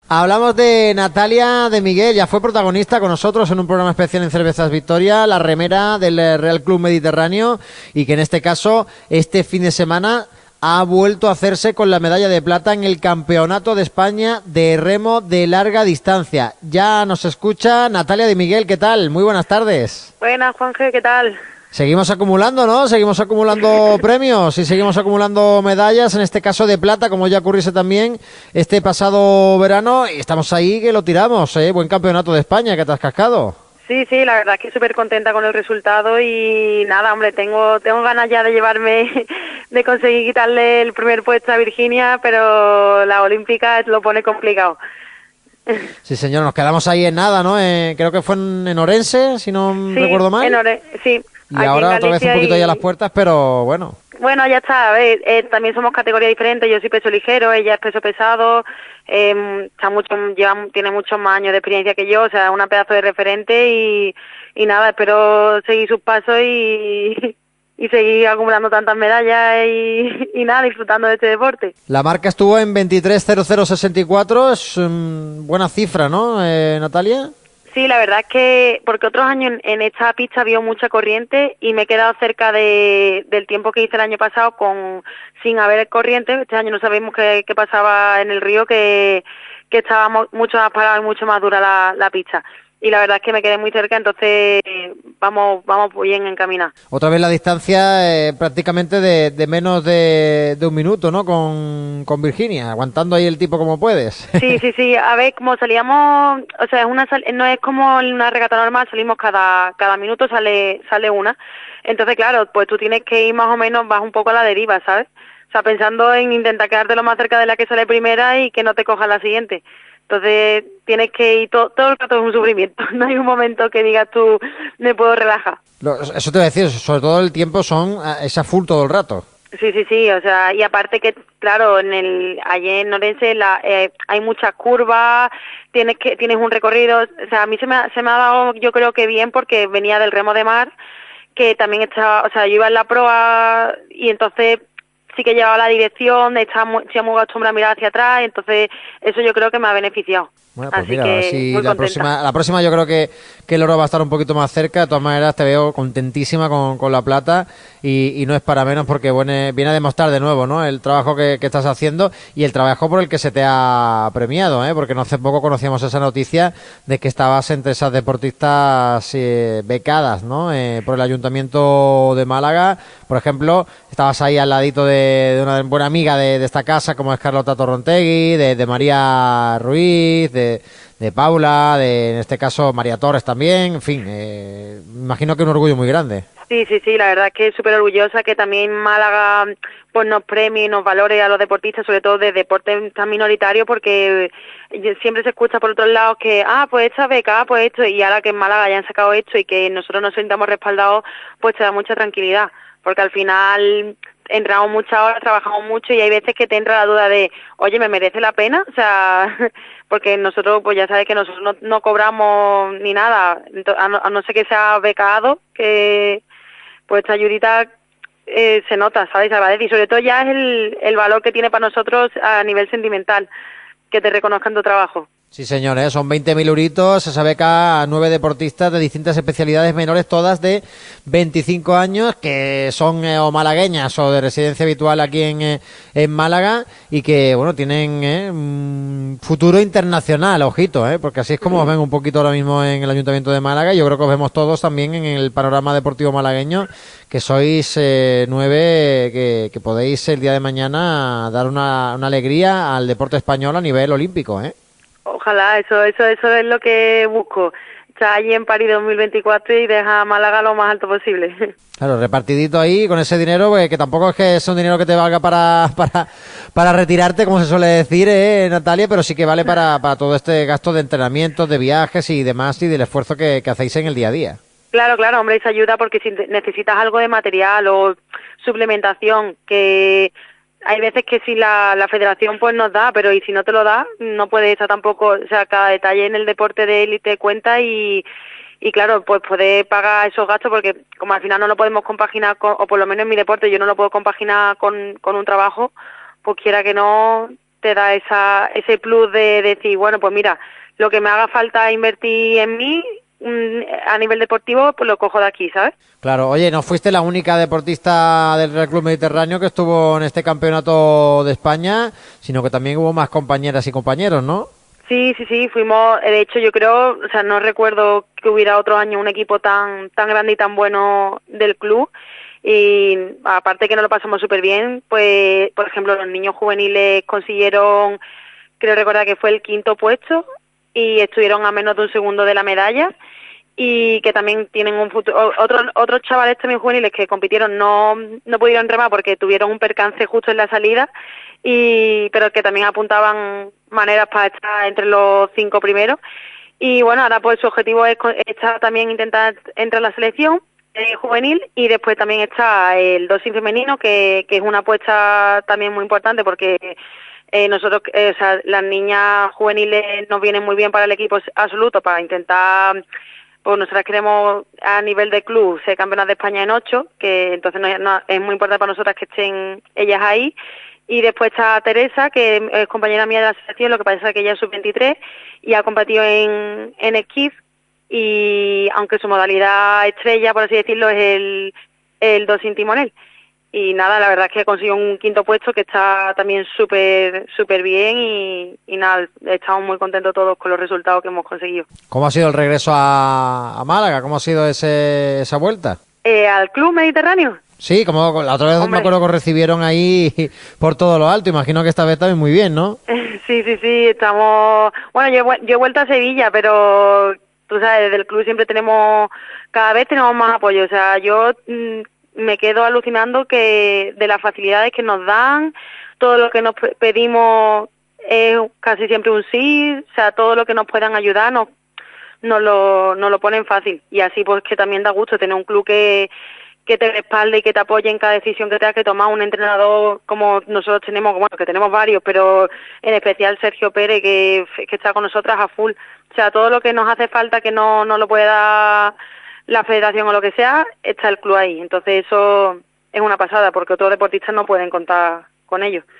Hablamos de Natalia de Miguel, ya fue protagonista con nosotros en un programa especial en Cervezas Victoria, la remera del Real Club Mediterráneo, y que en este caso, este fin de semana, ha vuelto a hacerse con la medalla de plata en el Campeonato de España de remo de larga distancia. Ya nos escucha Natalia de Miguel, ¿qué tal? Muy buenas tardes. Buenas, Juanje, ¿qué tal? Seguimos acumulando, ¿no? Seguimos acumulando premios y seguimos acumulando medallas, en este caso de plata, como ya ocurriese también este pasado verano, y estamos ahí que lo tiramos, ¿eh? Buen campeonato de España que te has cascado. Sí, la verdad es que súper contenta con el resultado y nada, hombre, tengo ganas ya de llevarme, de conseguir quitarle el primer puesto a Virginia, pero la olímpica lo pone complicado. Sí, señor, nos quedamos ahí en nada, ¿no? Creo que fue en Orense, si no recuerdo mal. Sí. Y ahora otra vez un poquito ya a las puertas, pero bueno. Bueno, ya está, a ver, también somos categorías diferentes, yo soy peso ligero, ella es peso pesado, tiene muchos más años de experiencia que yo, o sea, una pedazo de referente y nada, espero seguir sus pasos y seguir acumulando tantas medallas y nada, disfrutando de este deporte. La marca estuvo en 23.0064, es buena cifra, ¿no, Natalia? Sí, la verdad es que porque otros años en esta pista había mucha corriente y me he quedado cerca del tiempo que hice el año pasado sin haber corriente. Este año no sabemos qué pasaba en el río, que estaba mucho más parado y mucho más dura la pista. Y la verdad es que me quedé muy cerca, entonces vamos bien encaminados. Otra vez la distancia prácticamente de menos de un minuto, ¿no? Con Virginia, aguantando ahí el tipo como puedes. Sí. A ver, como salíamos, o sea, no es como en una regata normal, salimos cada minuto sale una. Entonces, claro, pues tú tienes que ir más o menos, vas un poco a la deriva, ¿sabes? O sea, pensando en intentar quedarte lo más cerca de la que sale primera y que no te coja la siguiente. Entonces tienes que ir todo el rato es un sufrimiento, no hay un momento que digas tú me puedo relajar. Eso te voy a decir, sobre todo el tiempo es a full todo el rato. Sí, o sea, y aparte que, claro, allí en Orense hay muchas curvas, tienes un recorrido, o sea, a mí se me ha dado yo creo que bien porque venía del remo de mar, que también estaba, o sea, yo iba en la proa y entonces sí que llevaba la dirección, estaba muy acostumbrada a mirar hacia atrás, entonces eso yo creo que me ha beneficiado. Bueno, pues así mira, que si muy la próxima yo creo que el oro va a estar un poquito más cerca. De todas maneras te veo contentísima con la plata y no es para menos porque viene a demostrar de nuevo, ¿no? El trabajo que estás haciendo y el trabajo por el que se te ha premiado, porque no hace poco conocíamos esa noticia de que estabas entre esas deportistas becadas, ¿no? Por el Ayuntamiento de Málaga, por ejemplo, estabas ahí al ladito de una buena amiga de esta casa como es Carlota Torrontegui, de María Ruiz, de Paula, en este caso María Torres también, en fin, imagino que un orgullo muy grande. Sí, la verdad es que es súper orgullosa que también Málaga pues nos premie y nos valore a los deportistas, sobre todo de deportes tan minoritarios, porque siempre se escucha por otros lados que, pues esta beca, pues esto, y ahora que en Málaga hayan sacado esto y que nosotros nos sintamos respaldados, pues te da mucha tranquilidad, porque al final entramos muchas horas, trabajamos mucho y hay veces que te entra la duda de, oye, ¿me merece la pena? O sea, porque nosotros, pues ya sabes que nosotros no cobramos ni nada, a no ser que sea becado, que pues esta ayudita se nota, ¿sabes? Y sobre todo ya es el valor que tiene para nosotros a nivel sentimental, que te reconozcan tu trabajo. Sí, señores, son 20.000 euritos, esa beca a 9 deportistas de distintas especialidades menores, todas de 25 años, que son o malagueñas o de residencia habitual aquí en Málaga y que, bueno, tienen un futuro internacional, ojito, porque así es como os ven un poquito ahora mismo en el Ayuntamiento de Málaga y yo creo que os vemos todos también en el panorama deportivo malagueño, que sois 9 que podéis el día de mañana dar una alegría al deporte español a nivel olímpico, Ojalá, eso es lo que busco. Está allí en París 2024 y deja a Málaga lo más alto posible. Claro, repartidito ahí con ese dinero, pues, que tampoco es que sea un dinero que te valga para retirarte, como se suele decir, Natalia, pero sí que vale para todo este gasto de entrenamientos, de viajes y demás y del esfuerzo que hacéis en el día a día. Claro, hombre, eso ayuda porque si necesitas algo de material o suplementación, que hay veces que si la federación pues nos da, pero y si no te lo da, no puedes estar tampoco, o sea, cada detalle en el deporte de élite cuenta y claro, pues poder pagar esos gastos porque como al final no lo podemos compaginar o por lo menos en mi deporte yo no lo puedo compaginar con un trabajo, pues quiera que no, te da ese plus de decir, bueno, pues mira, lo que me haga falta invertir en mí a nivel deportivo, pues lo cojo de aquí, ¿sabes? Claro, oye, no fuiste la única deportista del Real Club Mediterráneo que estuvo en este campeonato de España, sino que también hubo más compañeras y compañeros, ¿no? Sí, fuimos, de hecho yo creo, o sea, no recuerdo que hubiera otro año un equipo tan grande y tan bueno del club, y aparte que nos lo pasamos súper bien, pues, por ejemplo, los niños juveniles consiguieron, creo recordar que fue el 5.º puesto, y estuvieron a menos de un segundo de la medalla, y que también tienen un futuro. Otros chavales también juveniles que compitieron no pudieron remar porque tuvieron un percance justo en la salida, pero que también apuntaban maneras para estar entre los 5 primeros. Y bueno, ahora pues su objetivo es también intentar entrar a la selección juvenil, y después también está el dossing femenino, que es una apuesta también muy importante porque nosotros, o sea, las niñas juveniles nos vienen muy bien para el equipo absoluto, para intentar, pues nosotras queremos a nivel de club ser campeonas de España en 8, que entonces es muy importante para nosotras que estén ellas ahí. Y después está Teresa, que es compañera mía de la selección, lo que pasa es que ella es sub-23 y ha competido en esquí, y aunque su modalidad estrella, por así decirlo, es el dossing timonel. Y nada, la verdad es que consiguió un 5.º puesto que está también súper bien, y nada, estamos muy contentos todos con los resultados que hemos conseguido. ¿Cómo ha sido el regreso a Málaga? ¿Cómo ha sido esa vuelta? ¿Al Club Mediterráneo? Sí, como la otra vez me acuerdo que os recibieron ahí por todo lo alto. Imagino que esta vez también muy bien, ¿no? Sí, estamos... Bueno, yo he vuelto a Sevilla, pero tú sabes, desde el club siempre cada vez tenemos más apoyo. O sea, yo me quedo alucinando de las facilidades que nos dan, todo lo que nos pedimos es casi siempre un sí, o sea, todo lo que nos puedan ayudar nos lo ponen fácil, y así pues que también da gusto tener un club que te respalde y que te apoye en cada decisión que tengas que tomar, un entrenador como nosotros tenemos, bueno, que tenemos varios, pero en especial Sergio Pérez, que está con nosotras a full. O sea, todo lo que nos hace falta que no lo puede dar la federación o lo que sea, está el club ahí. Entonces eso es una pasada, porque otros deportistas no pueden contar con ellos.